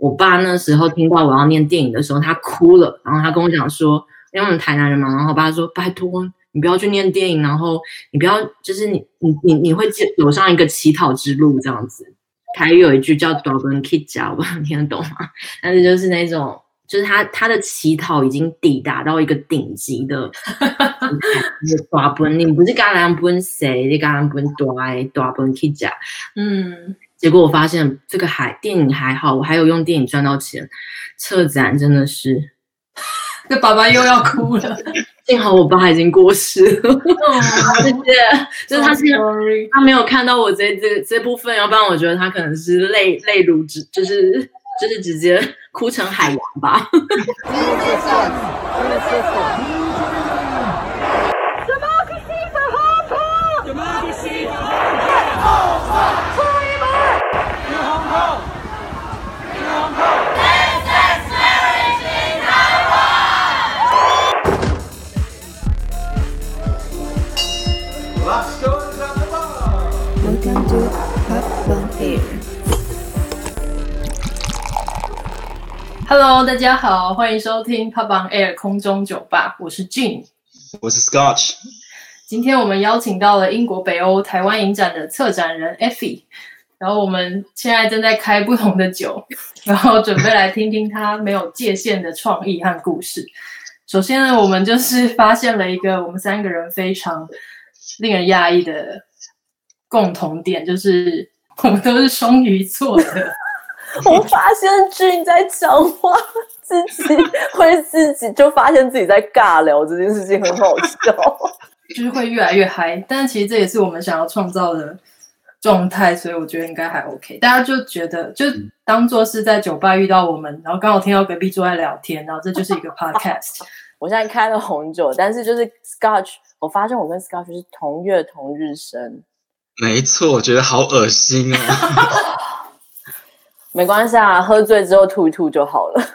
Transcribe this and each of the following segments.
我爸那时候听到我要念电影的时候，他哭了，然后他跟我讲说，因为我们台南人嘛，然后我爸说拜托你不要去念电影，然后你不要就是你会走上一个乞讨之路这样子。台语有一句叫大本去吃，我不知道听得懂吗？但是就是那种，就是他的乞讨已经抵达到一个顶级的大本，你不是橄榄本谁，你橄榄本大本去吃。结果我发现这个电影还好，我还有用电影赚到钱，策展真的是， 这爸爸又要哭了。 幸好我爸已经过世了，谢谢。就是他没有看到我这部分，要不然我觉得他可能是泪如就是直接哭成海洋吧。 Welcome to Pop on Air. Hello， 大家好，欢迎收听 Pop on Air 空中酒吧，我是 Jin， 我是 Scotch。 今天我们邀请到了英国北欧台湾影展的策展人 Effie， 然后我们现在正在开不同的酒，然后准备来听听他没有界限的创意和故事。首先呢，我们就是发现了一个我们三个人非常令人讶异的共同点，就是我们都是双鱼座的。 我发现Jin在讲话，自己就发现自己在尬聊，这件事情很好笑， 就是会越来越嗨。但是其实这也是我们想要创造的状态，所以我觉得应该还 OK。大家就觉得就当作是在酒吧遇到我们，然后刚好听到隔壁桌在聊天，然后这就是一个 podcast。 我现在开了红酒，但是就是 Scotch， 我发现我跟 Scotch 是同月同日生。 没错，我觉得好恶心哦。 没关系啊，喝醉之后吐一吐就好了。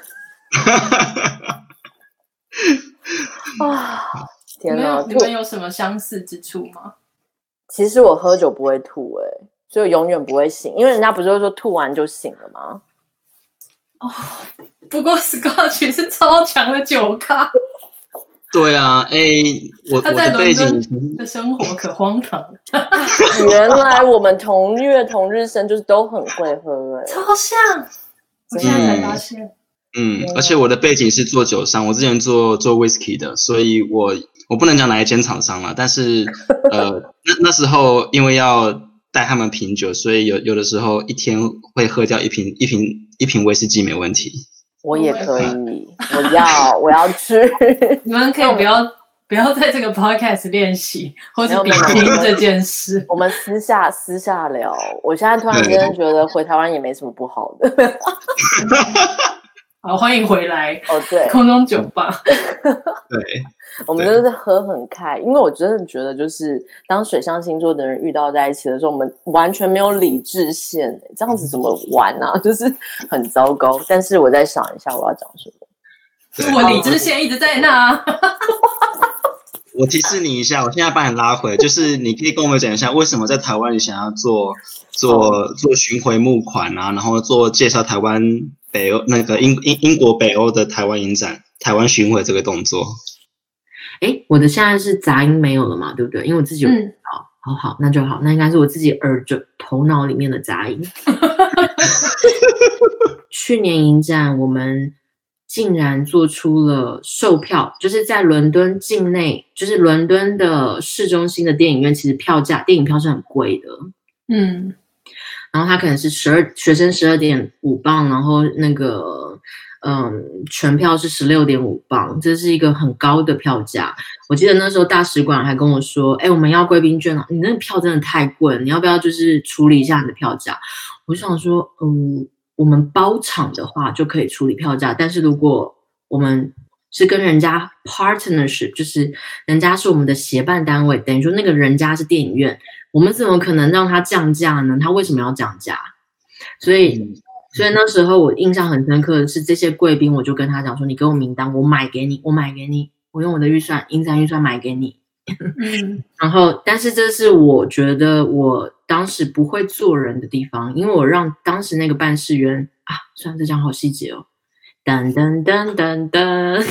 啊，天哪！ 你们有什么相似之处吗？ 其实我喝酒不会吐所以我永远不会醒，因为人家不是会说吐完就醒了吗？ 哦，不过 Scotch 是超强的酒咖。 对啊，我的背景的生活可荒唐了。 原来我们同月同日生，就是都很会喝超像。我现在才发现。 而且我的背景是做酒商，我之前做 whisky 的，所以我不能讲哪一间厂商啦，但是那时候因为要带他们品酒，所以有的时候一天会喝掉一瓶威士忌没问题。 我也可以，我要去。 你们可以不要在这个 podcast 练习，或者比拼这件事。 我们私下聊。我现在突然间觉得回台湾也没什么不好的。 好，欢迎回来。 哦，对， 空中酒吧。 对， 我们就是喝很开，因为我真的觉得，就是当水象星座的人遇到在一起的时候，我们完全没有理智线，这样子怎么玩啊？就是很糟糕。但是我再想一下，我要讲什么？ 我理智线一直在那。 我提示你一下，我现在把你拉回，就是你可以跟我们讲一下，为什么在台湾你想要做巡回募款啊，然后介绍台湾北欧那个英国北欧的台湾影展、台湾巡回这个动作。 我的现在是杂音没有了嘛，对不对？因为我自己有好，那就好，那应该是我自己头脑里面的杂音。去年影展我们竟然做出了售票，就是在伦敦境内，就是伦敦的市中心的电影院，其实电影票是很贵的。然后它可能是学生12.5磅，然后那个全票是16.5磅，这是一个很高的票价。我记得那时候大使馆还跟我说，我们要贵宾券啊，你那个票真的太贵了，你要不要就是处理一下你的票价？我就想说，我们包场的话就可以处理票价，但是如果我们是跟人家 partnership， 就是人家是我们的协办单位，等于说那个人家是电影院，我们怎么可能让他降价呢？他为什么要降价？所以那时候我印象很深刻的是，这些贵宾我就跟他讲说，你给我名单，我买给你，我用我的影展预算买给你。然后但是这是我觉得我当时不会做人的地方，因为我让当时那个办事员虽然这讲好细节哦。噔噔噔噔噔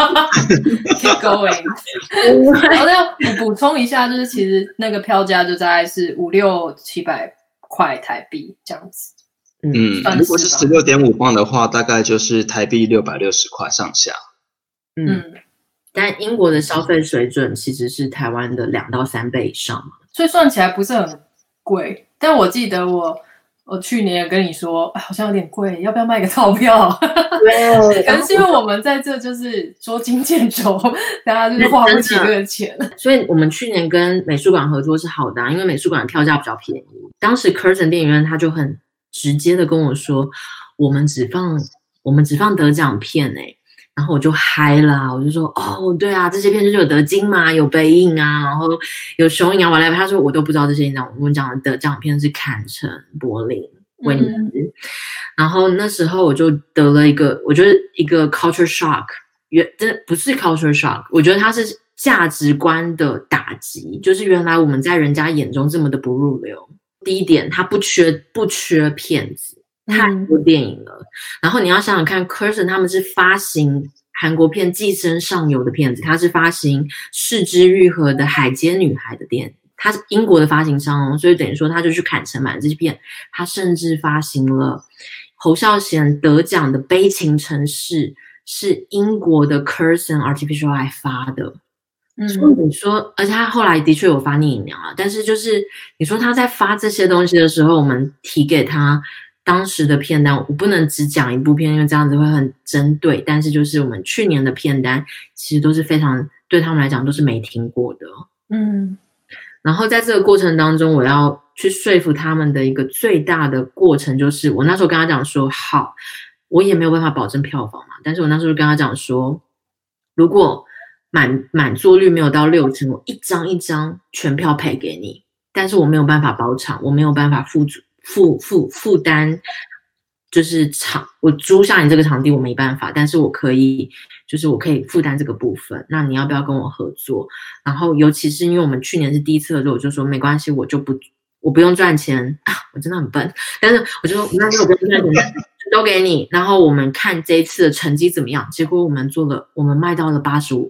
，keep going。然后我补充一下，就是其实那个票价就大概是500-700块台币这样子。 如果是16.5磅的话，大概就是台币660块上下。 但英国的消费水准其实是台湾的2到3倍以上嘛， 所以算起来不是很贵。但我记得我去年也跟你说，好像有点贵，要不要卖个套票？对，可能是因为我们在这就是捉襟见肘，大家就是花不起这个钱。 所以我们去年跟美术馆合作是好的因为美术馆的票价比较便宜。当时 Curtain 电影院他就很直接的跟我说，我们只放得奖片然后我就嗨了，我就说对啊，这些片就是有得金嘛，有北影然后有雄影whatever。他说我都不知道这些，我们讲的得奖片是坎城、柏林、威尼斯。然后那时候我就得了我觉得一个 culture shock， 真的不是 culture shock， 我觉得它是价值观的打击，就是原来我们在人家眼中这么的不入流。第一点，它不缺骗子。太多电影了，然后你要想想看 Curtain 他们是发行韩国片《寄生上流》的片子，他是发行《是枝裕和的海街女孩》的电影，他是英国的发行商所以等于说他就去坎城买了这些片。他甚至发行了侯孝贤得奖的《悲情城市》，是英国的 Curtain Artificial Eye 发的。所以你说，而且他后来的确有发逆影娘但是就是你说他在发这些东西的时候，我们提给他当时的片单，我不能只讲一部片，因为这样子会很针对。但是就是我们去年的片单，其实都是非常对他们来讲都是没听过的。然后在这个过程当中，我要去说服他们的一个最大的过程，就是我那时候跟他讲说，好，我也没有办法保证票房嘛，但是我那时候跟他讲说，如果满座率没有到60%，我一张一张全票赔给你，但是我没有办法包场，我没有办法负担，就是我租下你这个场地我没办法，但是我可以负担这个部分。那你要不要跟我合作？然后尤其是因为我们去年是第一次合作，我就说没关系，我不用赚钱我真的很笨，但是我就说没关系，我不用赚钱，都给你。然后我们看这一次的成绩怎么样？结果我们卖到了85%。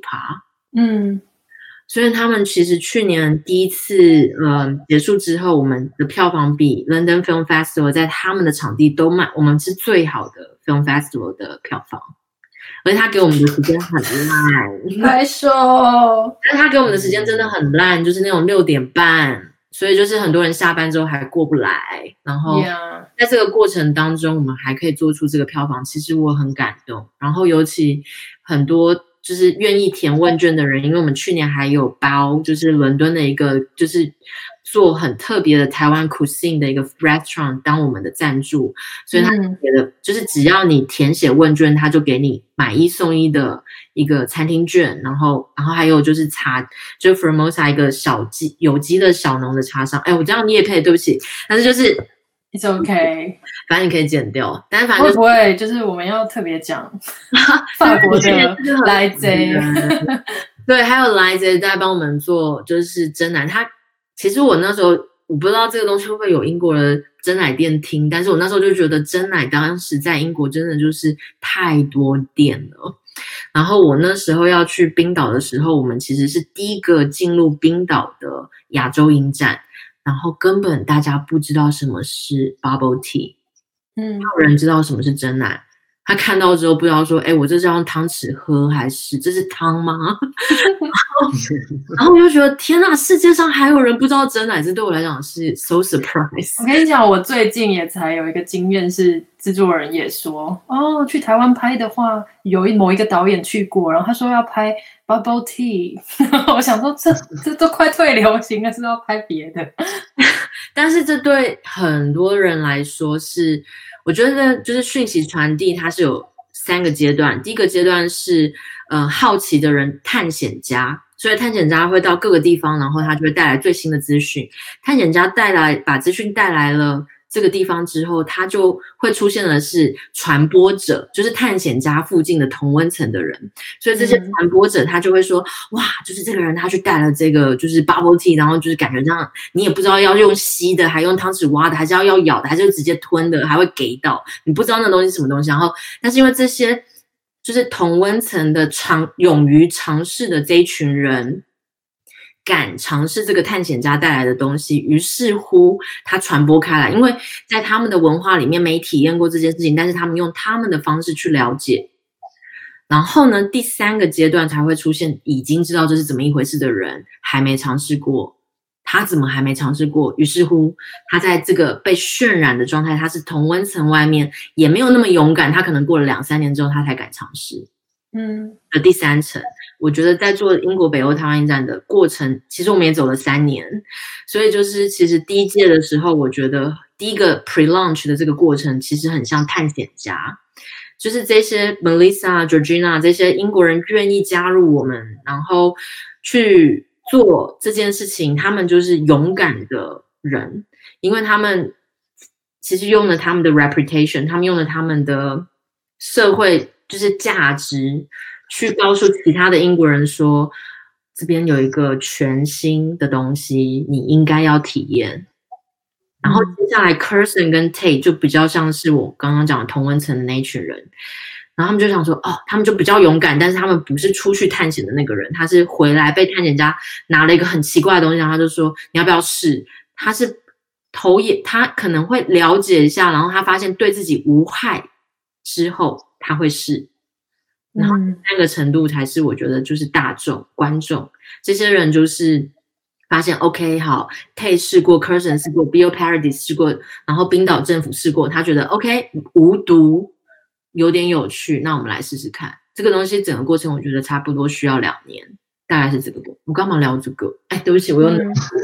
所以他们其实去年第一次结束之后，我们的票房比 London Film Festival 在他们的场地都卖，我们是最好的 Film Festival 的票房。而且他给我们的时间很烂， 拍手。 但他给我们的时间真的很烂，就是那种6点半，所以就是很多人下班之后还过不来。然后在这个过程当中，我们还可以做出这个票房，其实我很感动。然后尤其很多就是愿意填问卷的人，因为我们去年还有包就是伦敦的一个就是做很特别的台湾 cuisine 的一个 restaurant 当我们的赞助，所以他觉得就是只要你填写问卷，他就给你买1送1的一个餐厅券，然后还有就是就 Formosa 一个有机的小农的茶商。我这样你也可以，对不起，但是就是 It's okay， 反正你可以剪掉，但是反正会不会就是我们要特别讲法国的来贼？ 对，还有来贼在帮我们做就是珍奶。其实我那时候我不知道这个东西会不会有英国的珍奶店听，但是我那时候就觉得珍奶当时在英国真的就是太多店了。然后我那时候要去冰岛的时候，我们其实是第一个进入冰岛的亚洲影展。然后根本大家不知道什么是 bubble tea， 没有人知道什么是珍奶。他看到之后不知道说，我这是要用汤匙喝还是这是汤吗？然后我就觉得天哪，世界上还有人不知道珍奶，这对我来讲是 so surprise。 我跟你讲，我最近也才有一个经验，是制作人也说，去台湾拍的话，有某一个导演去过，然后他说要拍 bubble tea， 我想说这都快退流行了，是要拍别的。 但是这对很多人来说是，我觉得就是讯息传递，它是有3个阶段。第一个阶段是好奇的人，探险家，所以探险家会到各个地方，然后他就会带来最新的资讯。探险家把资讯带来了这个地方之后，它就会出现的是传播者，就是探险家附近的同温层的人。所以这些传播者他就会说，哇，就是这个人他去带了这个就是 bubble tea， 然后就是感觉这样，你也不知道要用吸的，还用汤匙挖的，还是要咬的，还是直接吞的，还会给到，你不知道那东西是什么东西。然后，但是因为这些就是同温层的勇于尝试的这一群人，敢尝试这个探险家带来的东西，于是乎它传播开来。因为在他们的文化里面没体验过这件事情，但是他们用他们的方式去了解。然后呢，第3个阶段才会出现已经知道这是怎么一回事的人还没尝试过，他怎么还没尝试过？于是乎他在这个被渲染的状态，他是同温层外面也没有那么勇敢，他可能过了2-3年之后他才敢尝试。的第3层，我觉得在做英国北欧台湾影展的过程，其实我们也走了3年，所以就是其实第1届的时候，我觉得第一个 pre-launch 的这个过程其实很像探险家，就是这些 Melissa、Georgina 这些英国人愿意加入我们，然后去做这件事情，他们就是勇敢的人，因为他们其实用了他们的 reputation， 他们用了他们的社会就是价值去告诉其他的英国人说，这边有一个全新的东西，你应该要体验。然后接下来 Kirsten 跟 Tate 就比较像是我刚刚讲的同温层的那一群人，然后他们就想说，他们就比较勇敢，但是他们不是出去探险的那个人，他是回来被探险家拿了一个很奇怪的东西，然后他就说你要不要试？他是他可能会了解一下，然后他发现对自己无害之后他会试，然后那个程度才是我觉得就是大众观众这些人就是发现 OK 好 Tate 试过 Kirsten 试过 Bill Paradis 试过，然后冰岛政府试过，他觉得 OK 无毒有点有趣，那我们来试试看。这个东西整个过程我觉得差不多需要2年，大概是这个。我干嘛聊这个？哎，对不起，我又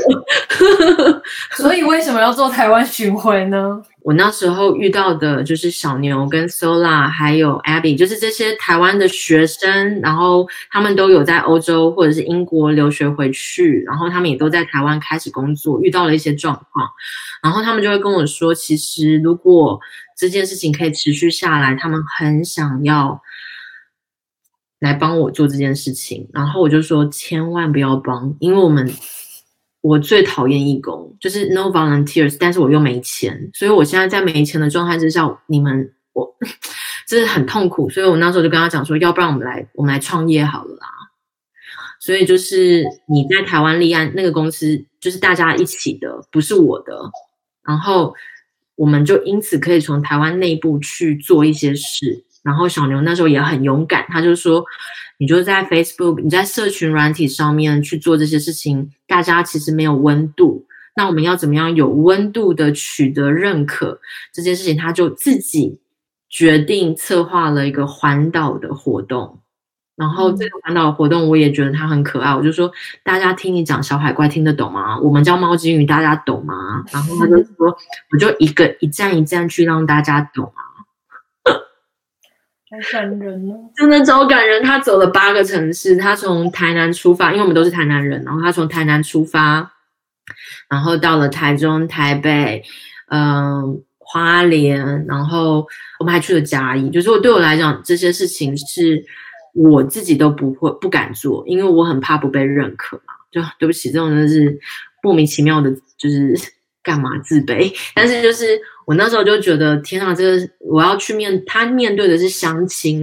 所以为什么要做台湾巡回呢？ 我那时候遇到的就是小牛跟 Sola 还有 Abby， 就是这些台湾的学生，然后他们都有在欧洲或者是英国留学回去，然后他们也都在台湾开始工作，遇到了一些状况，然后他们就会跟我说，其实如果这件事情可以持续下来，他们很想要来帮我做这件事情。然后我就说千万不要帮，因为我最讨厌义工，就是 no volunteers， 但是我又没钱，所以我现在在没钱的状态之下，我真的很痛苦，所以我那时候就跟他讲说，要不然我们来创业好了啦。所以就是你在台湾立案那个公司，就是大家一起的，不是我的，然后我们就因此可以从台湾内部去做一些事。然后小牛那时候也很勇敢，他就说你就在 Facebook 你在社群软体上面去做这些事情，大家其实没有温度，那我们要怎么样有温度的取得认可这件事情，他就自己决定策划了一个环岛的活动。然后这个环岛的活动我也觉得它很可爱，我就说大家听你讲小海怪听得懂吗？我们叫猫金鱼大家懂吗？然后他就说我就一站一站去让大家懂啊。 好感人哦， 真的超感人。他走了8个城市，他从台南出发，因为我们都是台南人，然后他从台南出发，然后到了台中、台北、花莲，然后我们还去了嘉义。就是对我来讲，这些事情是我自己都不敢做，因为我很怕不被认可嘛。就对不起，这种真的是莫名其妙的，就是干嘛自卑？但是就是我那时候就觉得，天啊，这个我要去他面对的是相亲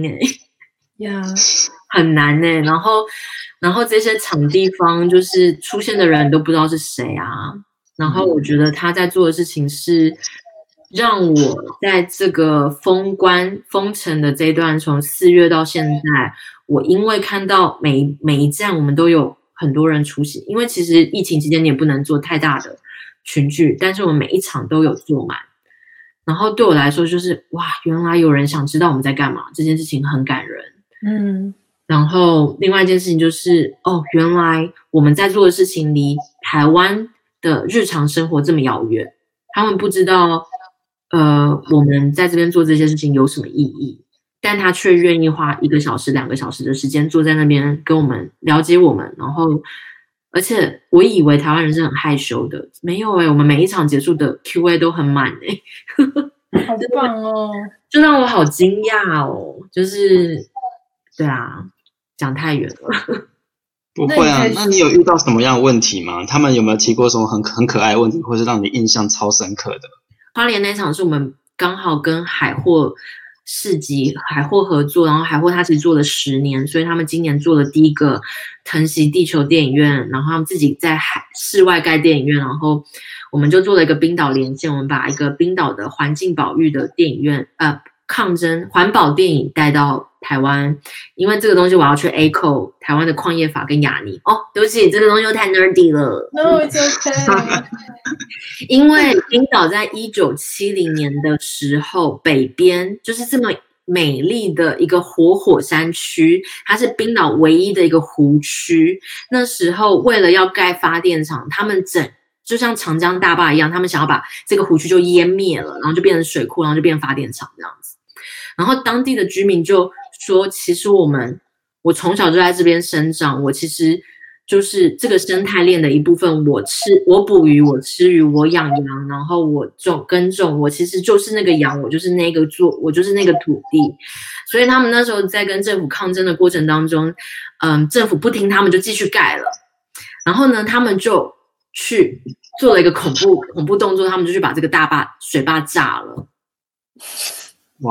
很难然后这些场地方就是出现的人都不知道是谁啊。然后我觉得他在做的事情是让我在这个封城的这一段，从4月到现在，我因为看到每一站我们都有很多人出席，因为其实疫情期间你也不能做太大的群聚，但是我们每一场都有坐满。然后对我来说就是哇，原来有人想知道我们在干嘛，这件事情很感人。然后另外一件事情就是原来我们在做的事情离台湾的日常生活这么遥远，他们不知道我们在这边做这些事情有什么意义，但他却愿意花1个小时2个小时的时间坐在那边跟我们了解我们，然后而且我以为台湾人是很害羞的，没有我们每一场结束的 Q&A 都很满好棒哦！ 就让我好惊讶哦，就是对啊，讲太远了。 不会啊，那你有遇到什么样的问题吗？他们有没有提过什么很可爱的问题，或是让你印象超深刻的？ 花莲那场是我们刚好跟海货市集、海货合作，然后海货他其实做了10年，所以他们今年做了第一个疼惜地球电影院，然后他们自己在室外盖电影院，然后我们就做了一个冰岛连线，我们把一个冰岛的环境保育的电影院，抗争环保电影带到台湾，因为这个东西我要去 echo 台湾的矿业法跟亚尼。哦，对不起，这个东西又太 nerdy 了。 No, it's okay. 因为冰岛在1970年的时候，北边就是这么美丽的一个火山区，它是冰岛唯一的一个湖区。那时候为了要盖发电厂，他们就像长江大坝一样，他们想要把这个湖区就湮灭了，然后就变成水库，然后就变成发电厂这样子。然后当地的居民就说，其实我从小就在这边生长，我其实就是这个生态链的一部分，我捕鱼，我吃鱼，我养羊，然后我耕种，我其实就是那个羊，我就是那个我就是那个土地。所以他们那时候在跟政府抗争的过程当中，政府不听他们就继续盖了。然后呢，他们就去做了一个恐怖动作，他们就去把这个水坝炸了。 哇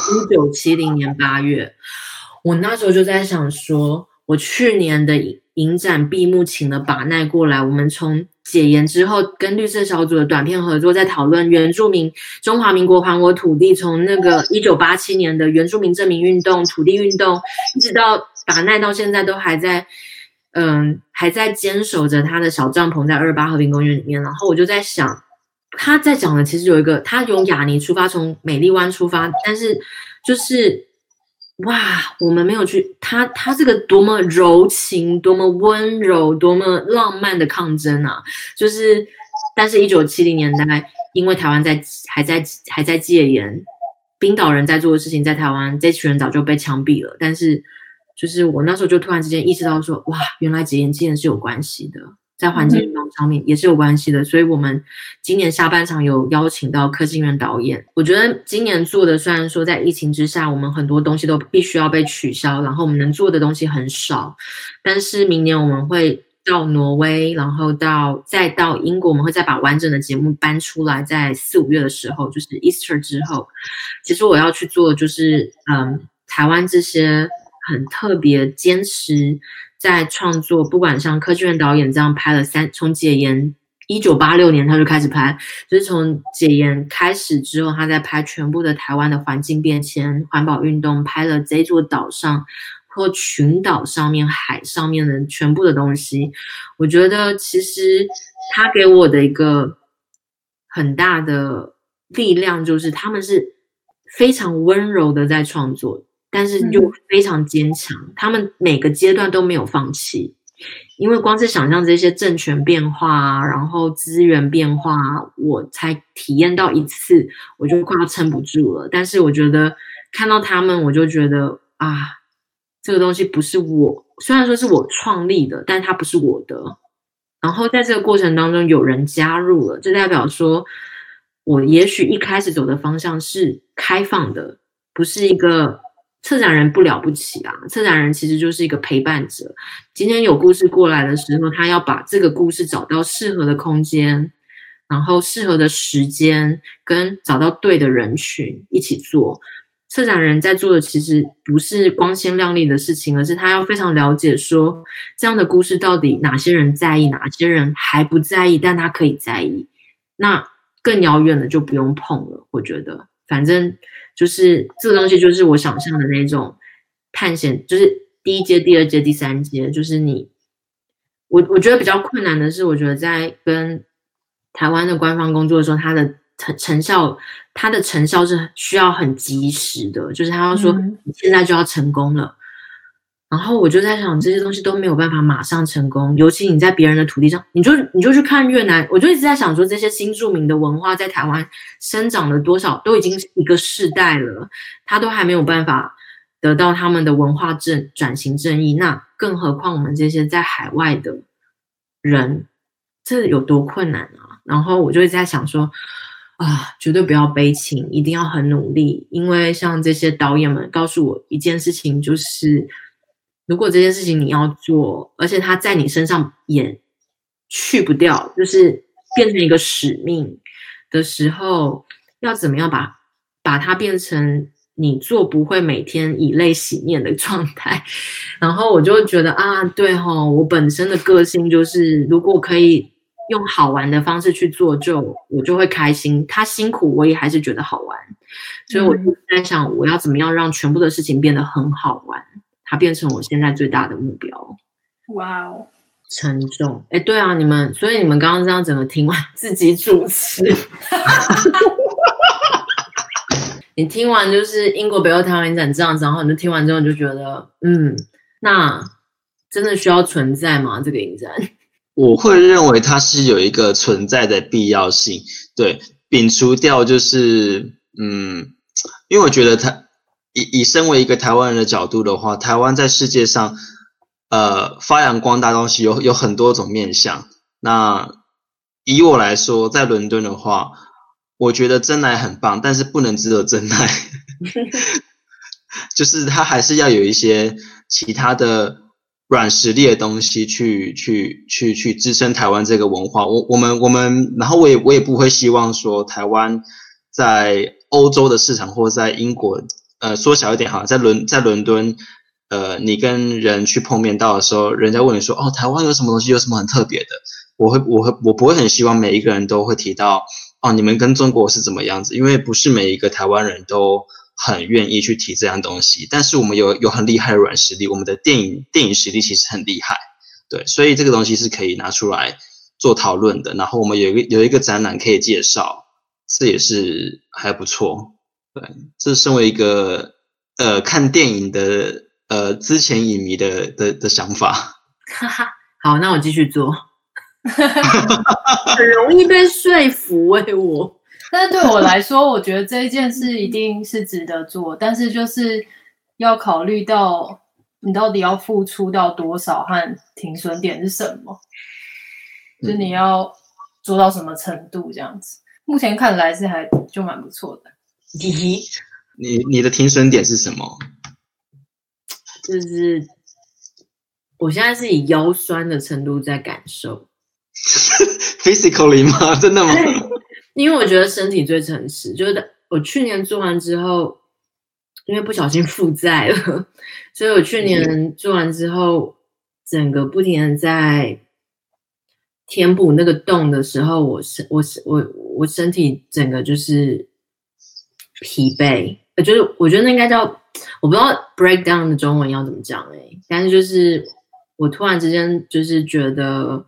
！1970年8月，我那时候就在想说，我去年的影展闭幕请了把奈过来，我们从解严之后跟绿色小组的短片合作，在讨论原住民中华民国还我土地，从那个1987年的原住民证明运动、土地运动，一直到把奈到现在都还在坚守着他的小帐篷在228和平公园里面。然后我就在想，他在讲的其实有一个，他从亚尼出发，从美丽湾出发，但是就是哇，我们没有去他这个多么柔情、多么温柔、多么浪漫的抗争啊！就是，但是1970年代，因为台湾还在戒严，冰岛人在做的事情，在台湾这群人早就被枪毙了。但是，就是我那时候就突然之间意识到说，哇，原来戒严竟然是有关系的。在环境运动上面也是有关系的，所以我们今年下半场有邀请到柯金元导演。我觉得今年做的，虽然说在疫情之下，我们很多东西都必须要被取消，然后我们能做的东西很少，但是明年我们会到挪威，然后再到英国，我们会再把完整的节目搬出来，在4、5月的时候，就是 Easter 之后，其实我要去做就是台湾这些很特别坚持在创作，不管像柯金元导演这样拍了从解严1986年他就开始拍，就是从解严开始之后，他在拍全部的台湾的环境变迁、环保运动，拍了这座岛上或群岛上面、海上面的全部的东西。我觉得其实他给我的一个很大的力量，就是他们是非常温柔的在创作，但是又非常坚强，他们每个阶段都没有放弃。因为光是想象这些政权变化啊，然后资源变化啊，我才体验到一次，我就快要撑不住了。但是我觉得看到他们，我就觉得啊，这个东西不是我，虽然说是我创立的，但它不是我的。然后在这个过程当中，有人加入了，这代表说我也许一开始走的方向是开放的，不是一个策展人不了不起啊，策展人其实就是一个陪伴者。今天有故事过来的时候，他要把这个故事找到适合的空间，然后适合的时间，跟找到对的人群一起做。策展人在做的其实不是光鲜亮丽的事情，而是他要非常了解说这样的故事到底哪些人在意，哪些人还不在意，但他可以在意。那更遥远的就不用碰了，我觉得反正就是这个东西就是我想象的那种探险，就是第一阶、第二阶、第三阶，就是我觉得比较困难的是，我觉得在跟台湾的官方工作的时候，它的成效是需要很及时的，就是他要说你现在就要成功了。然后我就在想，这些东西都没有办法马上成功，尤其你在别人的土地上，你就去看越南，我就一直在想说，这些新住民的文化在台湾生长了多少，都已经一个世代了，他都还没有办法得到他们的文化转型正义，那更何况我们这些在海外的人，这有多困难啊？然后我就一直在想说，绝对不要悲情，一定要很努力。因为像这些导演们告诉我一件事情，就是如果这件事情你要做，而且它在你身上也去不掉，就是变成一个使命的时候，要怎么样把它变成你做不会每天以泪洗面的状态。然后我就觉得对齁，我本身的个性就是如果可以用好玩的方式去做，我就会开心，他辛苦我也还是觉得好玩。所以我就在想我要怎么样让全部的事情变得很好玩，它变成我现在最大的目标。 哇哦， 沉重。对啊，所以你们刚刚这样整个听完自己主持你听完就是英国北欧台湾影展这样子，然后你就听完之后你就觉得那真的需要存在吗？这个影展我会认为它是有一个存在的必要性，对，摒除掉就是因为我觉得以身为一个台湾人的角度的话，台湾在世界上发扬光大的东西有很多种面向。那以我来说，在伦敦的话，我觉得珍奶很棒，但是不能只有珍奶就是它还是要有一些其他的软实力的东西去支撑台湾这个文化。我们，然后我也不会希望说台湾在欧洲的市场或者在英国，缩小一点好，在伦敦，你跟人去碰面到的时候，人家问你说台湾有什么东西，有什么很特别的，我不会很希望每一个人都会提到你们跟中国是怎么样子，因为不是每一个台湾人都很愿意去提这样东西。但是我们有很厉害的软实力，我们的电影实力其实很厉害，对，所以这个东西是可以拿出来做讨论的。然后我们有一个展览可以介绍，这也是还不错。对，这是身为一个看电影的之前影迷的想法。 好，那我继续做。很容易被说服我。 但是对我来说，我觉得这一件事一定是值得做，但是就是要考虑到你到底要付出到多少和停损点是什么，就是你要做到什么程度这样子。目前看来是还就蛮不错的。 你的停损点是什么？ 就是我现在是以腰酸的程度在感受。 physically 吗？真的吗？ 因为我觉得身体最诚实，就是我去年做完之后，因为不小心负债了，所以我去年做完之后，整个不停的在填补那个洞的时候，我身体整个就是疲惫，就是我觉得那应该叫，我不知道 breakdown 的中文要怎么讲但是就是我突然之间就是觉得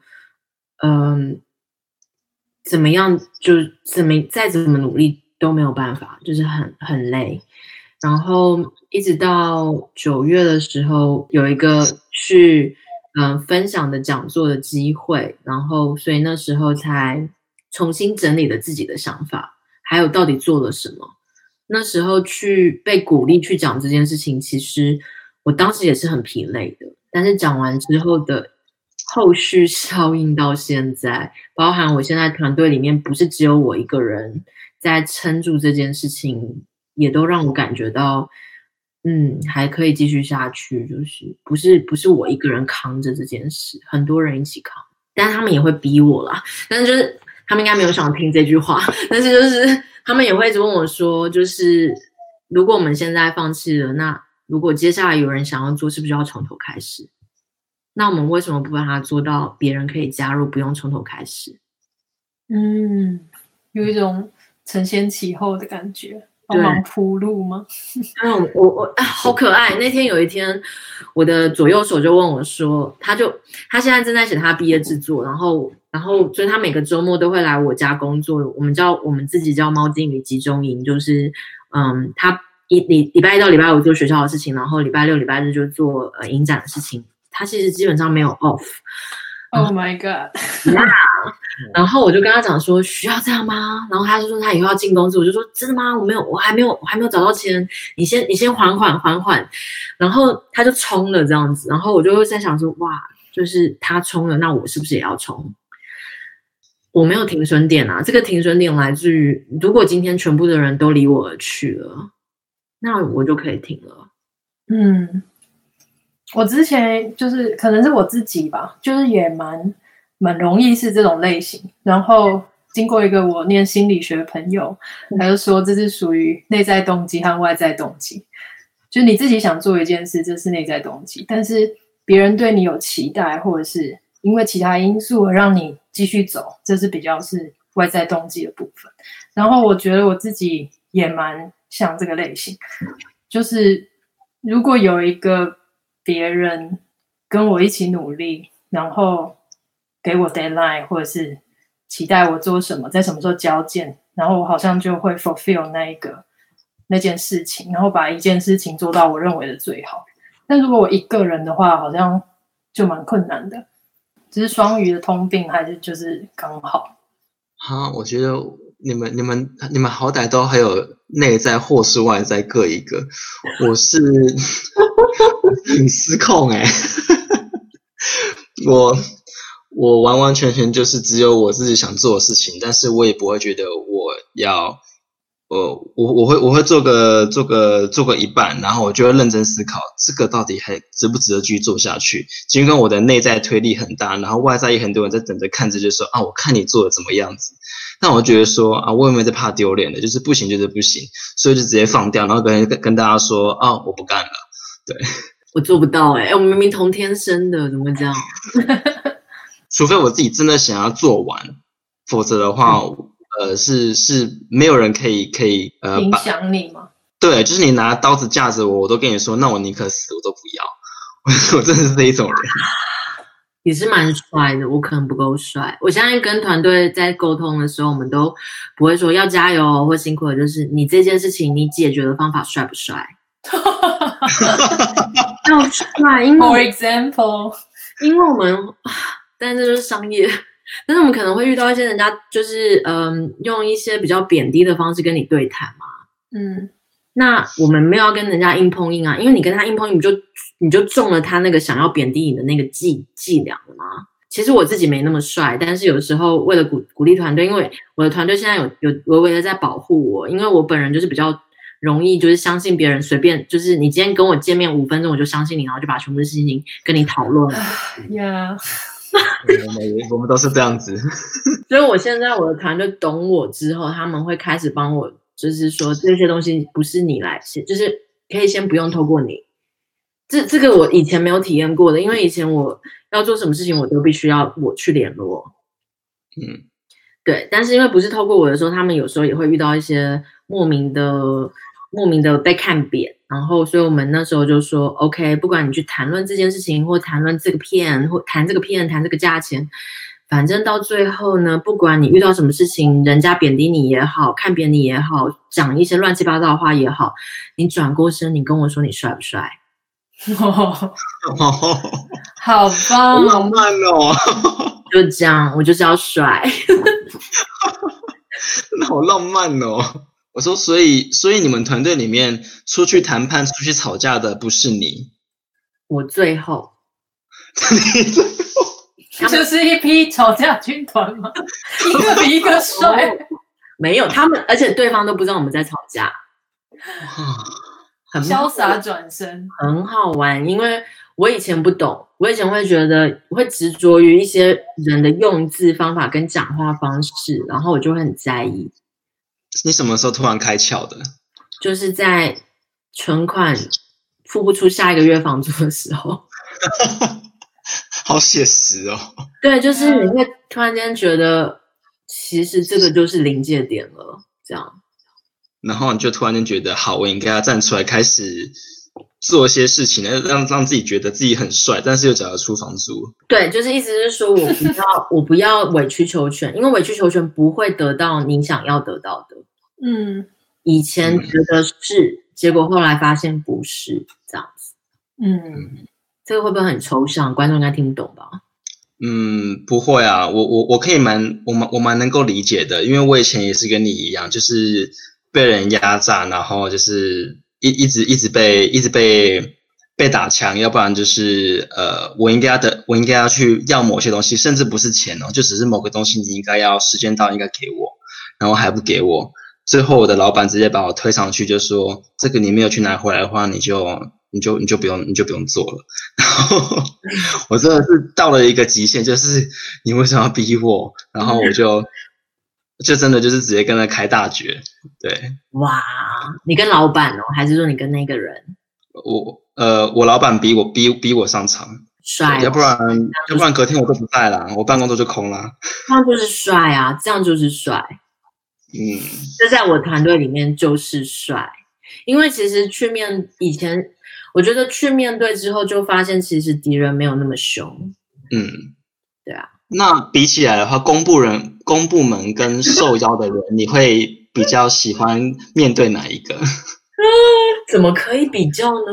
怎么样就再怎么努力都没有办法，就是很累。然后一直到9月的时候有一个去分享的讲座的机会，然后所以那时候才重新整理了自己的想法，还有到底做了什么。那时候去被鼓励去讲这件事情，其实我当时也是很疲累的，但是讲完之后的后续效应到现在，包含我现在团队里面不是只有我一个人在撑住这件事情，也都让我感觉到还可以继续下去，就是不是我一个人扛着这件事，很多人一起扛，但他们也会逼我啦，但是就是他们应该没有想听这句话，但是就是他们也会一直问我说，就是如果我们现在放弃了，那如果接下来有人想要做，是不是要从头开始？那我们为什么不把它做到别人可以加入，不用从头开始？ 有一种承先启后的感觉，帮忙铺路吗？ 我好可爱。那天有一天，我的左右手就问我说，他现在正在写他毕业制作，然后所以他每个周末都会来我家工作。我们自己叫猫经理集中营，就是他礼拜一到礼拜五做学校的事情，然后礼拜六礼拜日就做影展的事情。他其实基本上没有 off。Oh my god！ 然后我就跟他讲说，需要这样吗？然后他就说他以后要进公司，我就说真的吗？我还没有找到钱，你先缓缓。然后他就冲了这样子，然后我就在想说，哇， 就是他冲了，那我是不是也要冲？我没有停损点啊，这个停损点来自于，如果今天全部的人都离我而去了，那我就可以停了。 我之前就是可能是我自己吧，就是也蛮容易是这种类型。然后经过一个我念心理学的朋友，他就说这是属于内在动机和外在动机。就是你自己想做一件事，这是内在动机，但是别人对你有期待，或者是因为其他因素而让你继续走，这是比较是外在动机的部分。然后我觉得我自己也蛮像这个类型，就是如果有一个别人跟我一起努力，然后给我 deadline 或者是期待我做什么，在什么时候交件，然后我好像就会 fulfill 那件事情，然后把一件事情做到我认为的最好。但如果我一个人的话，好像就蛮困难的。只是双鱼的通病，还是就是刚好？ 我觉得你们好歹都还有内在或是外在各一个，我是很失控我完完全全就是只有我自己想做的事情，但是我也不会觉得我要我会做个一半，然后我就会认真思考这个到底还值不值得继续做下去。尽管我的内在推力很大，然后外在也很多人在等着看着，就说我看你做的怎么样子。但我觉得说我有没有在怕丢脸的，就是不行就是不行，所以就直接放掉，然后跟大家说我不干了。对，我做不到我们明明同天生的，怎么会这样？ 除非我自己真的想要做完，否则的话。是没有人可以影响你吗？ 对，就是你拿刀子架着我都跟你说，那我宁可死我都不要。我真的是这一种人。 你是蛮帅的，我可能不够帅。我现在跟团队在沟通的时候，我们都不会说要加油或辛苦的，就是你这件事情你解决的方法帅不帅？要帅，因为 For example， 因为我们，但这就是商业。但是我们可能会遇到一些人家就是用一些比较贬低的方式跟你对谈嘛，那我们没有要跟人家硬碰硬啊，因为你跟他硬碰硬，你就中了他那个想要贬低你的那个伎俩了嘛。其实我自己没那么帅，但是有时候为了鼓励团队，因为我的团队现在有微微的在保护我，因为我本人就是比较容易就是相信别人，随便就是你今天跟我见面5分钟我就相信你，然后就把全部的事情跟你讨论了。 Yeah。 我们都是这样子。 所以我现在我的团队懂我之后，他们会开始帮我，就是说这些东西不是你来，就是可以先不用透过你。这个我以前没有体验过的，因为以前我要做什么事情我都必须要我去联络。对，但是因为不是透过我的时候，他们有时候也会遇到一些莫名的被看扁，然后所以我们那时候就说 OK， 不管你去谈论这件事情或谈论这个片或谈这个片谈这个价钱，反正到最后呢，不管你遇到什么事情，人家贬低你也好，看扁你也好，讲一些乱七八糟的话也好，你转过身你跟我说你帅不帅？ 好棒， 浪漫哦。 就这样，我就是要帅。 真的好浪漫哦。我说，所以你们团队里面出去谈判、出去吵架的不是你？ 我最后， 就是一批吵架军团吗？一个比一个帅。 没有他们，而且对方都不知道我们在吵架， 很潇洒转身， 很好玩。因为我以前不懂，我以前会觉得会执着于一些人的用字方法跟讲话方式，然后我就会很在意。 你什么时候突然开窍的？ 就是在存款付不出下一个月房租的时候。 好写实哦。 对，就是你会突然间觉得其实这个就是临界点了，这样。 然后你就突然间觉得好，我应该要站出来开始做一些事情，让自己觉得自己很帅，但是又缴得出房租。对， 就是意思是说我不要委曲求全，因为委曲求全不会得到你想要得到的。以前觉得是，结果后来发现不是这样子。这个会不会很抽象？观众应该听不懂吧？ 不会啊，我可以蛮能够理解的，因为我以前也是跟你一样，就是被人压榨，然后就是一直被被打枪，要不然就是我应该要去要某些东西，甚至不是钱哦，就只是某个东西你应该要时间到应该给我，然后还不给我，最后我的老板直接把我推上去，就说这个你没有去拿回来的话，你就不用做了。然后我真的是到了一个极限，就是你为什么要逼我？然后我就真的就是直接跟他开大绝，对。 哇，你跟老板哦，还是说你跟那个人？ 我老板逼我上场， 帅、哦， 要不然隔天我都不在啦，我办公桌就空啦。 这样就是帅啊，这样就是帅。这在我团队里面就是帅，因为其实以前我觉得去面对之后，就发现其实敌人没有那么凶。对啊。 那比起来的话，公部门跟受邀的人，你会比较喜欢面对哪一个？ 怎么可以比较呢？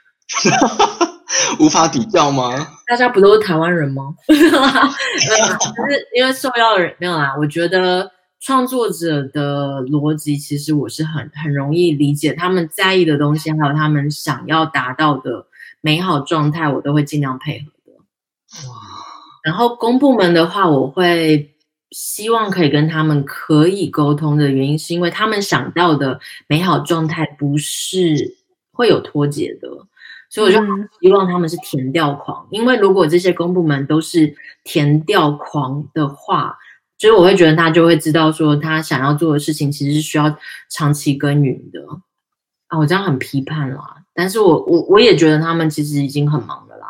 无法比较吗？ 大家不都是台湾人吗？就是因为受邀的人没有啦。我觉得创作者的逻辑，其实我是很容易理解他们在意的东西，还有他们想要达到的美好状态，我都会尽量配合的。然后公部门的话，我会希望可以跟他们可以沟通的原因，是因为他们想到的美好状态不是会有脱节的，所以我就希望他们是填调狂。因为如果这些公部门都是填调狂的话，就是我会觉得他就会知道说他想要做的事情其实是需要长期耕耘的啊。我这样很批判啦，但是我也觉得他们其实已经很忙了啦。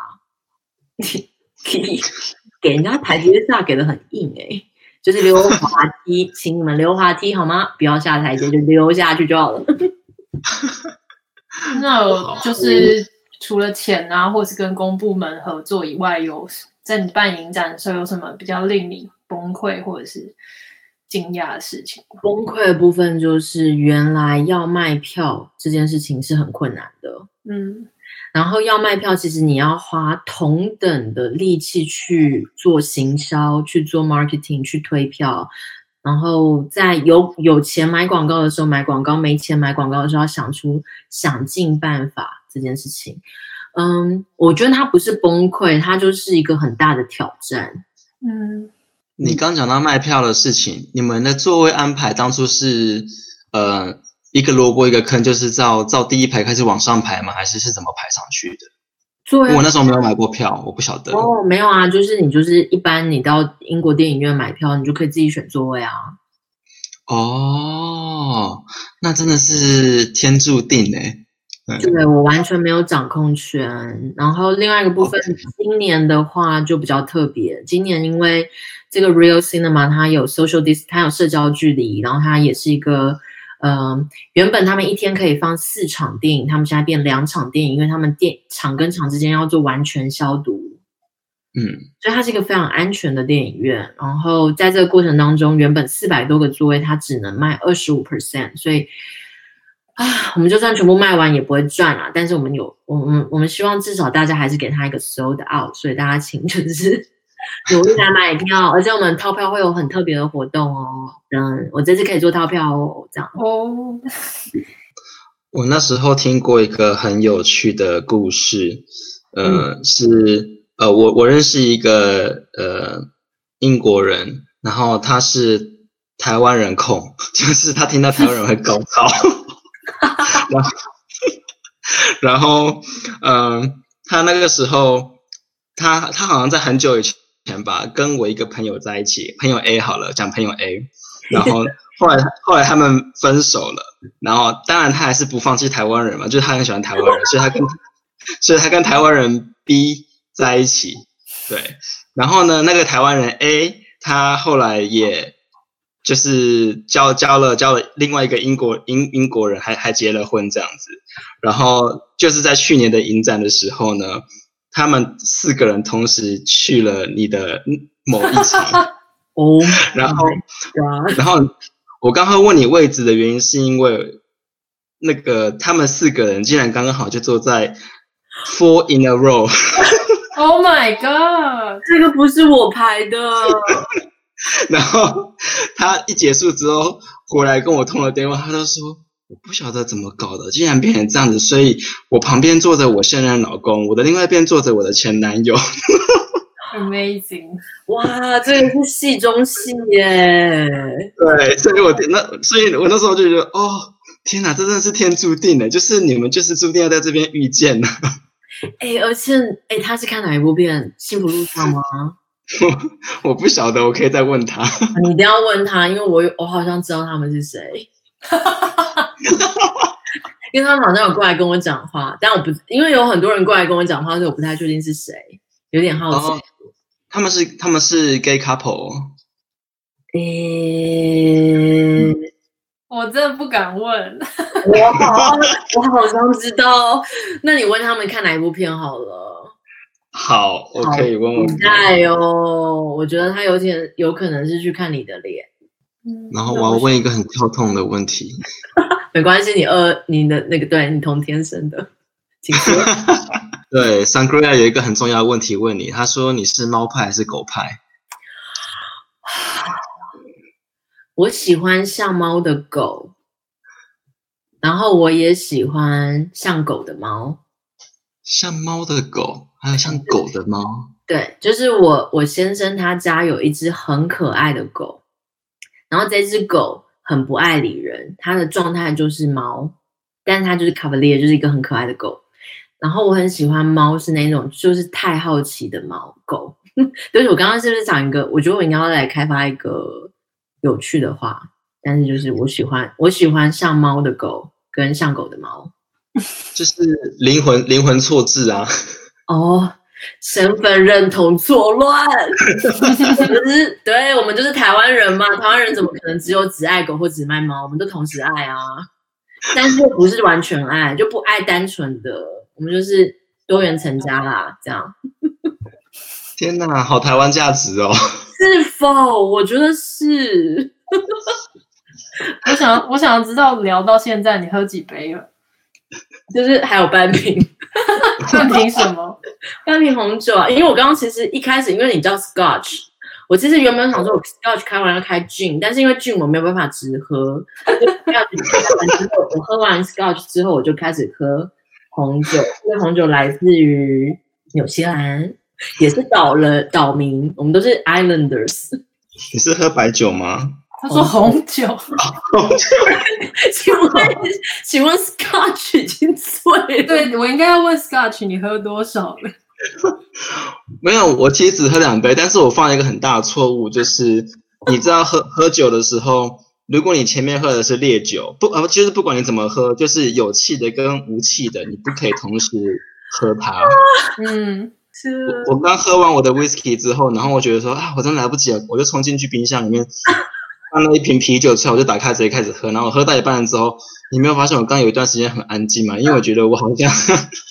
给人家台阶下给的很硬就是溜滑梯，请你们溜滑梯好吗？不要下台阶，就溜下去就好了。 那就是除了钱啊，或是跟公部门合作以外，在你办影展的时候有什么比较令你崩溃或者是惊讶的事情？ 崩溃的部分就是原来要卖票这件事情是很困难的。然后要卖票，其实你要花同等的力气去做行销，去做 marketing， 去推票，然后在有钱买广告的时候买广告，没钱买广告的时候要想尽办法这件事情。我觉得它不是崩溃，它就是一个很大的挑战。 你刚讲到卖票的事情，你们的座位安排当初是一个萝卜一个坑，就是照第一排开始往上排吗？还是怎么排上去的？我那时候没有买过票，我不晓得。 没有啊，就是一般你到英国电影院买票，你就可以自己选座位啊。 那真的是天注定对，我完全没有掌控权。然后另外一个部分，今年的话就比较特别。今年因为这个 Real Cinema 它有 social distance， 它有社交距离，然后它也是一个原本他们一天可以放4场电影，他们现在变2场电影，因为他们场跟场之间要做完全消毒。所以它是一个非常安全的电影院。然后在这个过程当中，原本400多个座位，它只能卖 25%， 所以我们就算全部卖完也不会赚啦。但是我们希望至少大家还是给他一个 sold out， 所以大家请就是努力来买票，而且我们套票会有很特别的活动哦。我这次可以做套票哦，这样我那时候听过一个很有趣的故事，是我认识一个英国人，然后他是台湾人控，就是他听到台湾人会高潮，然后他那个时候他好像在很久以前吧，跟我一个朋友在一起，朋友 A 好了，讲朋友 A， 然后后来他们分手了，然后当然他还是不放弃台湾人嘛，就是他很喜欢台湾人，所以他跟台湾人 B 在一起，对，然后呢，那个台湾人 A 他后来也就是交了另外一个英国人，还结了婚这样子，然后就是在去年的影展的时候呢，他们4个人同时去了你的某一场然后我刚刚问你位置的原因是因为那个他们4个人竟然刚刚好就坐在 4 in a row Oh my god， 这个不是我排的。 然后他一结束之后回来跟我通了电话，他就说我不晓得怎么搞的，竟然变成这样子，所以我旁边坐着我现任老公，我的另外一边坐着我的前男友。 Amazing！ 哇，这个是戏中戏耶！ 对，所以我那时候就觉得，哦，天哪，这真的是天注定的，就是你们就是注定要在这边遇见的。 而且他是看哪一部片？《幸福路上》吗？ 我不晓得，我可以再问他。 你一定要问他，因为我好像知道他们是谁。因为他们好像有过来跟我讲话，但我不，因为有很多人过来跟我讲话，所以我不太确定是谁，有点好奇。 他们是 gay couple。 我真的不敢问。 我好像知道。那你问他们看哪一部片好了。 好，我可以问问。 期待哦，我觉得他有可能是去看你的脸。 然后我要问一个很跳痛的问题。 没关系，你的那个对你同天生的，请说。 对 ，Sangria 有一个很重要的问题问你，他说你是猫派还是狗派？ 我喜欢像猫的狗，然后我也喜欢像狗的猫。 像猫的狗，还有像狗的猫。 对，就是我先生他家有一只很可爱的狗，然后这只狗很不爱理人，它的状态就是猫，但是它就是 Cavalier， 就是一个很可爱的狗。然后我很喜欢猫，是那种就是太好奇的狗。就是我刚刚是不是讲一个？我觉得我应该要来开发一个有趣的话，但是就是我喜欢像猫的狗跟像狗的猫， 就是灵魂错置啊。 哦，身份认同错乱。就是对，我们就是台湾人嘛，台湾人怎么可能只爱狗或只爱猫？我们都同时爱啊，但是又不是完全爱，就不爱单纯的，我们就是多元成家啦，这样。 天哪，好台湾价值哦！ 是否？我觉得是。 我想要知道，聊到现在你喝几杯了？ 就是还有半瓶。 半瓶什么？ 半瓶红酒啊！因为我刚刚其实一开始，因为你叫 Scotch， 我其实原本想说我 Scotch 开完要开 Gin， 但是因为 Gin 我没有办法直喝，我喝完 Scotch 之后，我就开始喝红酒。因为红酒来自于纽西兰，也是岛民，我们都是 Islanders。 你是喝白酒吗？ 他说红酒。 红酒。 请问 Scotch 已经醉了？ 对，我应该要问 Scotch 你喝多少了？ 没有，我其实只喝2杯，但是我犯了一个很大的错误，就是你知道喝酒的时候，如果你前面喝的是烈酒，就是不管你怎么喝，就是有气的跟无气的，你不可以同时喝它。我刚喝完我的 whisky 之后，然后我觉得说我真的来不及了，我就冲进去冰箱里面放了一瓶啤酒出来，我就打开直接开始喝。然后我喝到一半之后，你没有发现我刚有一段时间很安静嘛？因为我觉得我好像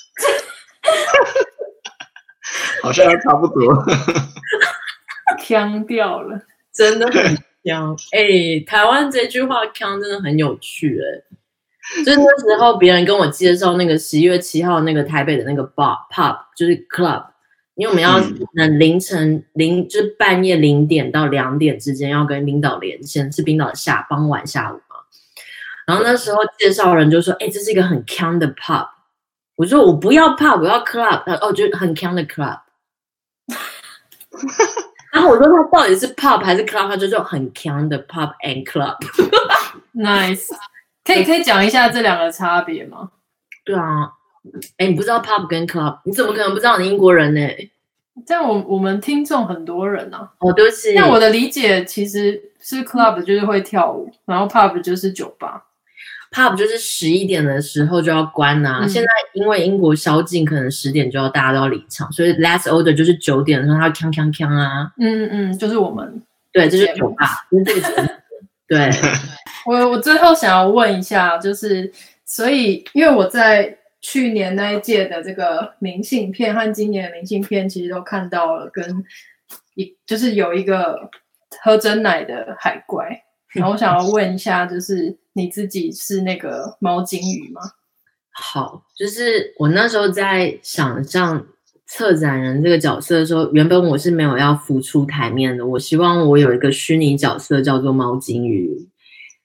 好像差不多呛掉了， 真的很呛。台湾这句话呛真的很有趣就是那时候别人跟我介绍那个11月7号那个台北的那个 pub 就是 club。因为我们要凌晨就是半夜0点到2点之间要跟冰岛连线，是冰岛的傍晚下午嘛。然后那时候介绍人就说：“这是一个很鏘的 pub。”我说：“我不要 pub， 我要 club。”就很鏘的 club。然后我说他到底是 pub 还是 club？ 他就说很鏘的 pub and club。Nice， 可以讲一下这两个差别吗？ 对啊。你不知道 pub 跟 club， 你怎么可能不知道？你英国人呢？ 这样我们听众很多人啊。 对不起。 但我的理解其实是 club 就是会跳舞，然后 pub 就是酒吧。 pub 就是11点的时候就要关啊。现在因为英国宵禁，可能10点就要大家都要离场，所以 last order 就是9点的时候，他鏘鏘鏘啊。 就是我们。 对，这就是酒吧，就是这个节目。对。 我最后想要问一下，就是所以因为我在去年那一届的这个明信片和今年的明信片其实都看到了，就是有一个喝真奶的海怪，然后我想要问一下，就是你自己是那个猫金鱼吗？ 好，就是我那时候在想象策展人这个角色的时候，原本我是没有要浮出台面的，我希望我有一个虚拟角色叫做猫金鱼。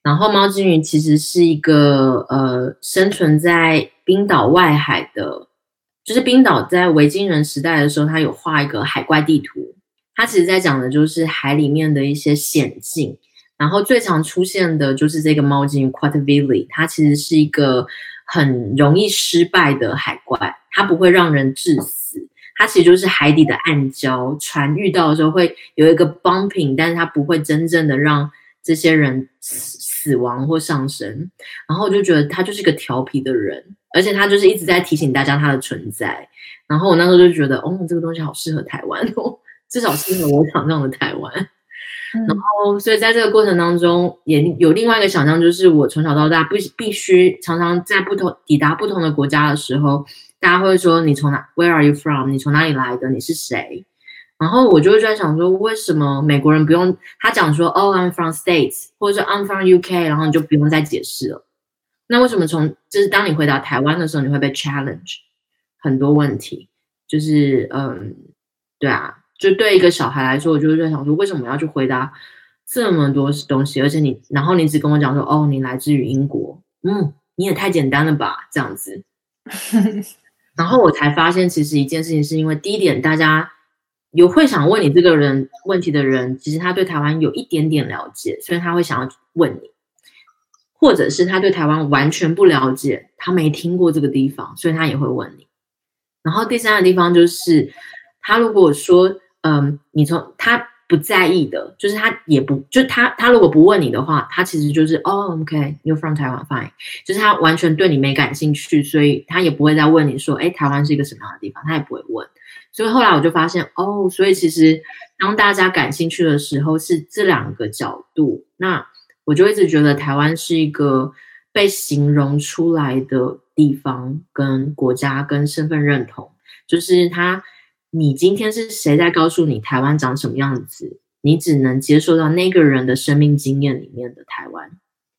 然后猫金鱼其实是一个生存在冰岛外海的，就是冰岛在维京人时代的时候，它有画一个海怪地图，它其实在讲的就是海里面的一些险境。然后最常出现的就是这个猫金鱼 Quatervilli， 它其实是一个很容易失败的海怪，它不会让人致死，它其实就是海底的暗礁，船遇到的时候会有一个 bumping， 但是它不会真正的让这些人死亡或上升。然后我就觉得他就是一个调皮的人，而且他就是一直在提醒大家他的存在。然后我那时候就觉得，哦，这个东西好适合台湾哦，至少适合我想象的台湾。然后，所以在这个过程当中，也有另外一个想象，就是我从小到大必须常常在抵达不同的国家的时候，大家会说你从哪 ，Where are you from？ 你从哪里来的？你是谁？然后我就在想说，为什么美国人不用他讲说，Oh, I'm from States， 或者说 I'm from UK， 然后你就不用再解释了？那为什么就是当你回答台湾的时候，你会被 challenge 很多问题？就是对啊。就对一个小孩来说，我就在想说，为什么要去回答这么多东西？而且然后你只跟我讲说，哦，你来自于英国，你也太简单了吧，这样子。然后我才发现，其实一件事情是因为第一点，大家会想问你这个人问题的人，其实他对台湾有一点点了解，所以他会想要问你，或者是他对台湾完全不了解，他没听过这个地方，所以他也会问你。然后第三个地方就是，他如果说他不在意的，就是他也不，就他如果不问你的话，他其实就是OK, you're from Taiwan, fine， 就是他完全对你没感兴趣，所以他也不会再问你说，台湾是一个什么样的地方，他也不会问。所以后来我就发现，所以其实当大家感兴趣的时候是这两个角度。那我就一直觉得台湾是一个被形容出来的地方、跟国家、跟身份认同，就是你今天是谁在告诉你台湾长什么样子？你只能接受到那个人的生命经验里面的台湾。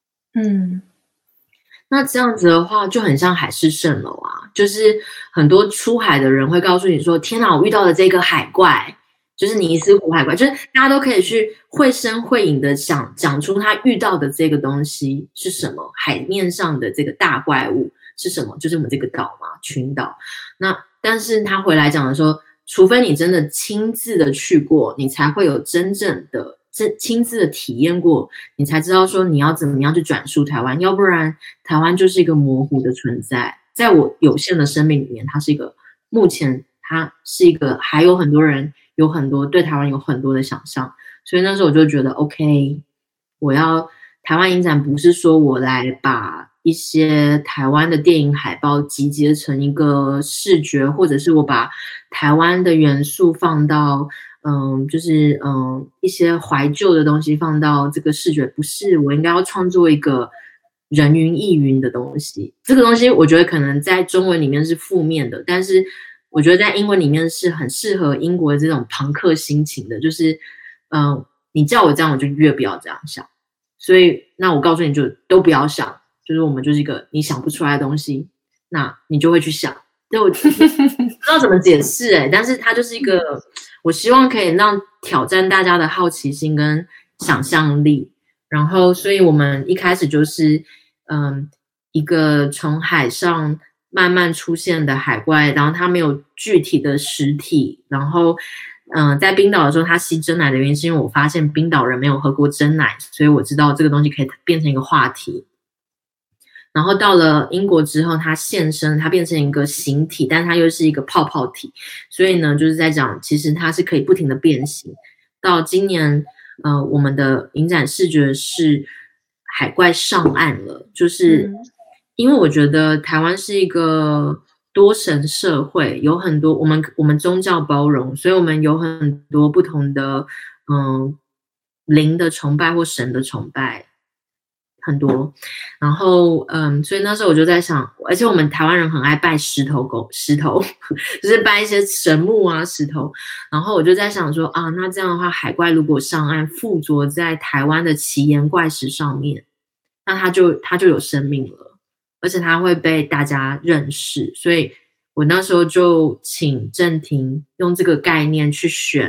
那这样子的话，就很像海市蜃楼啊！就是很多出海的人会告诉你说：“天哪，我遇到了这个海怪，就是尼斯湖海怪。”就是大家都可以去绘声绘影的讲出他遇到的这个东西是什么，海面上的这个大怪物是什么？就是我们这个岛嘛，群岛。但是他回来讲的时候，除非你真的亲自的去过，你才会有真正的亲自的体验过，你才知道说你要怎么样去转述台湾，要不然台湾就是一个模糊的存在。在我有限的生命里面，目前它是一个还有很多人对台湾有很多的想象，所以那时候我就觉得 OK， 台湾影展不是说我来把一些台湾的电影海报集结成一个视觉，或者是我把台湾的元素放到一些怀旧的东西放到这个视觉，不是，我应该要创作一个人云亦云的东西。这个东西我觉得可能在中文里面是负面的，但是我觉得在英文里面是很适合英国的这种朋克心情的，就是你叫我这样，我就越不要这样想。所以那我告诉你，就都不要想，就是我们就是一个你想不出来的东西，那你就会去想。对，我不知道怎么解释但是它就是一个，我希望可以让挑战大家的好奇心跟想象力。然后，所以我们一开始就是一个从海上慢慢出现的海怪，然后它没有具体的实体，然后在冰岛的时候，它吸真奶的原因是因为我发现冰岛人没有喝过真奶，所以我知道这个东西可以变成一个话题。然后到了英国之后，它现身，它变成一个形体，但它又是一个泡泡体，所以呢，就是在讲，其实它是可以不停的变形。到今年，我们的影展视觉是海怪上岸了，就是因为我觉得台湾是一个多神社会，有很多我们宗教包容，所以我们有很多不同的灵的崇拜或神的崇拜。很多，然后所以那时候我就在想，而且我们台湾人很爱拜石头，就是拜一些神木啊石头，然后我就在想说那这样的话，海怪如果上岸附着在台湾的奇岩怪石上面，那它就有生命了，而且它会被大家认识，所以我那时候就请郑婷用这个概念去选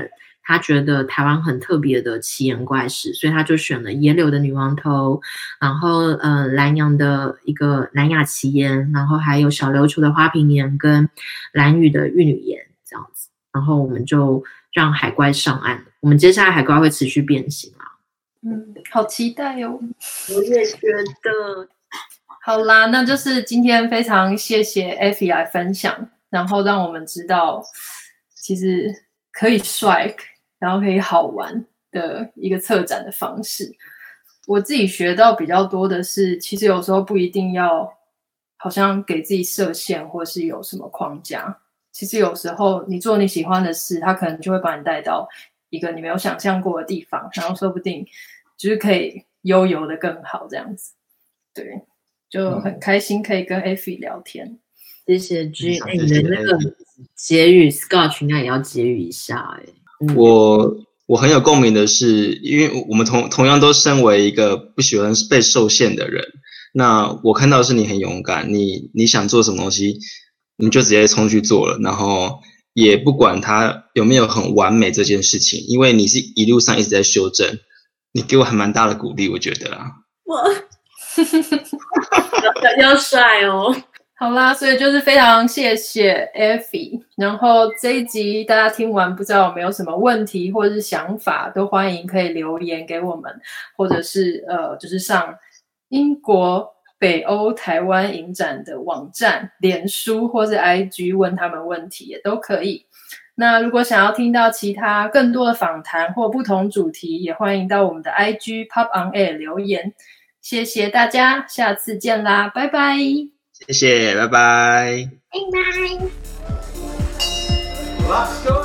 他觉得台湾很特别的奇岩怪石，所以他就选了野柳的女王头，然后南洋的一个南亚奇岩，然后还有小琉球的花瓶岩跟兰屿的玉女岩这样子，然后我们就让海怪上岸。我们接下来海怪会持续变形啦。 好期待哦！ 我也觉得。 好啦，那就是今天非常谢谢 Effie 来分享，然后让我们知道其实可以帅，然后可以好玩的一个策展的方式。我自己学到比较多的是，其实有时候不一定要好像给自己设限或是有什么框架，其实有时候你做你喜欢的事，它可能就会把你带到一个你没有想象过的地方，然后说不定就是可以悠游的更好这样子。对，就很开心可以跟 Effie 聊天。 谢谢 G， 你的那个结语 Scotch 应该也要结语一下我很有共鸣的是，因为我们同样都身为一个不喜欢被受限的人，那我看到的是你很勇敢，你想做什么东西，你就直接冲去做了，然后也不管它有没有很完美这件事情，因为你是一路上一直在修正，你给我还蛮大的鼓励，我觉得啦。 要帅哦。 好啦，所以就是非常谢谢 Effie， 然后这一集大家听完不知道有没有什么问题或者是想法，都欢迎可以留言给我们，或者是就是上英国北欧台湾影展的网站、脸书或是 IG 问他们问题也都可以。那如果想要听到其他更多的访谈或不同主题，也欢迎到我们的 IG Pop on Air 留言。谢谢大家，下次见啦，拜拜。 谢谢，拜拜。 拜拜。 Let's go.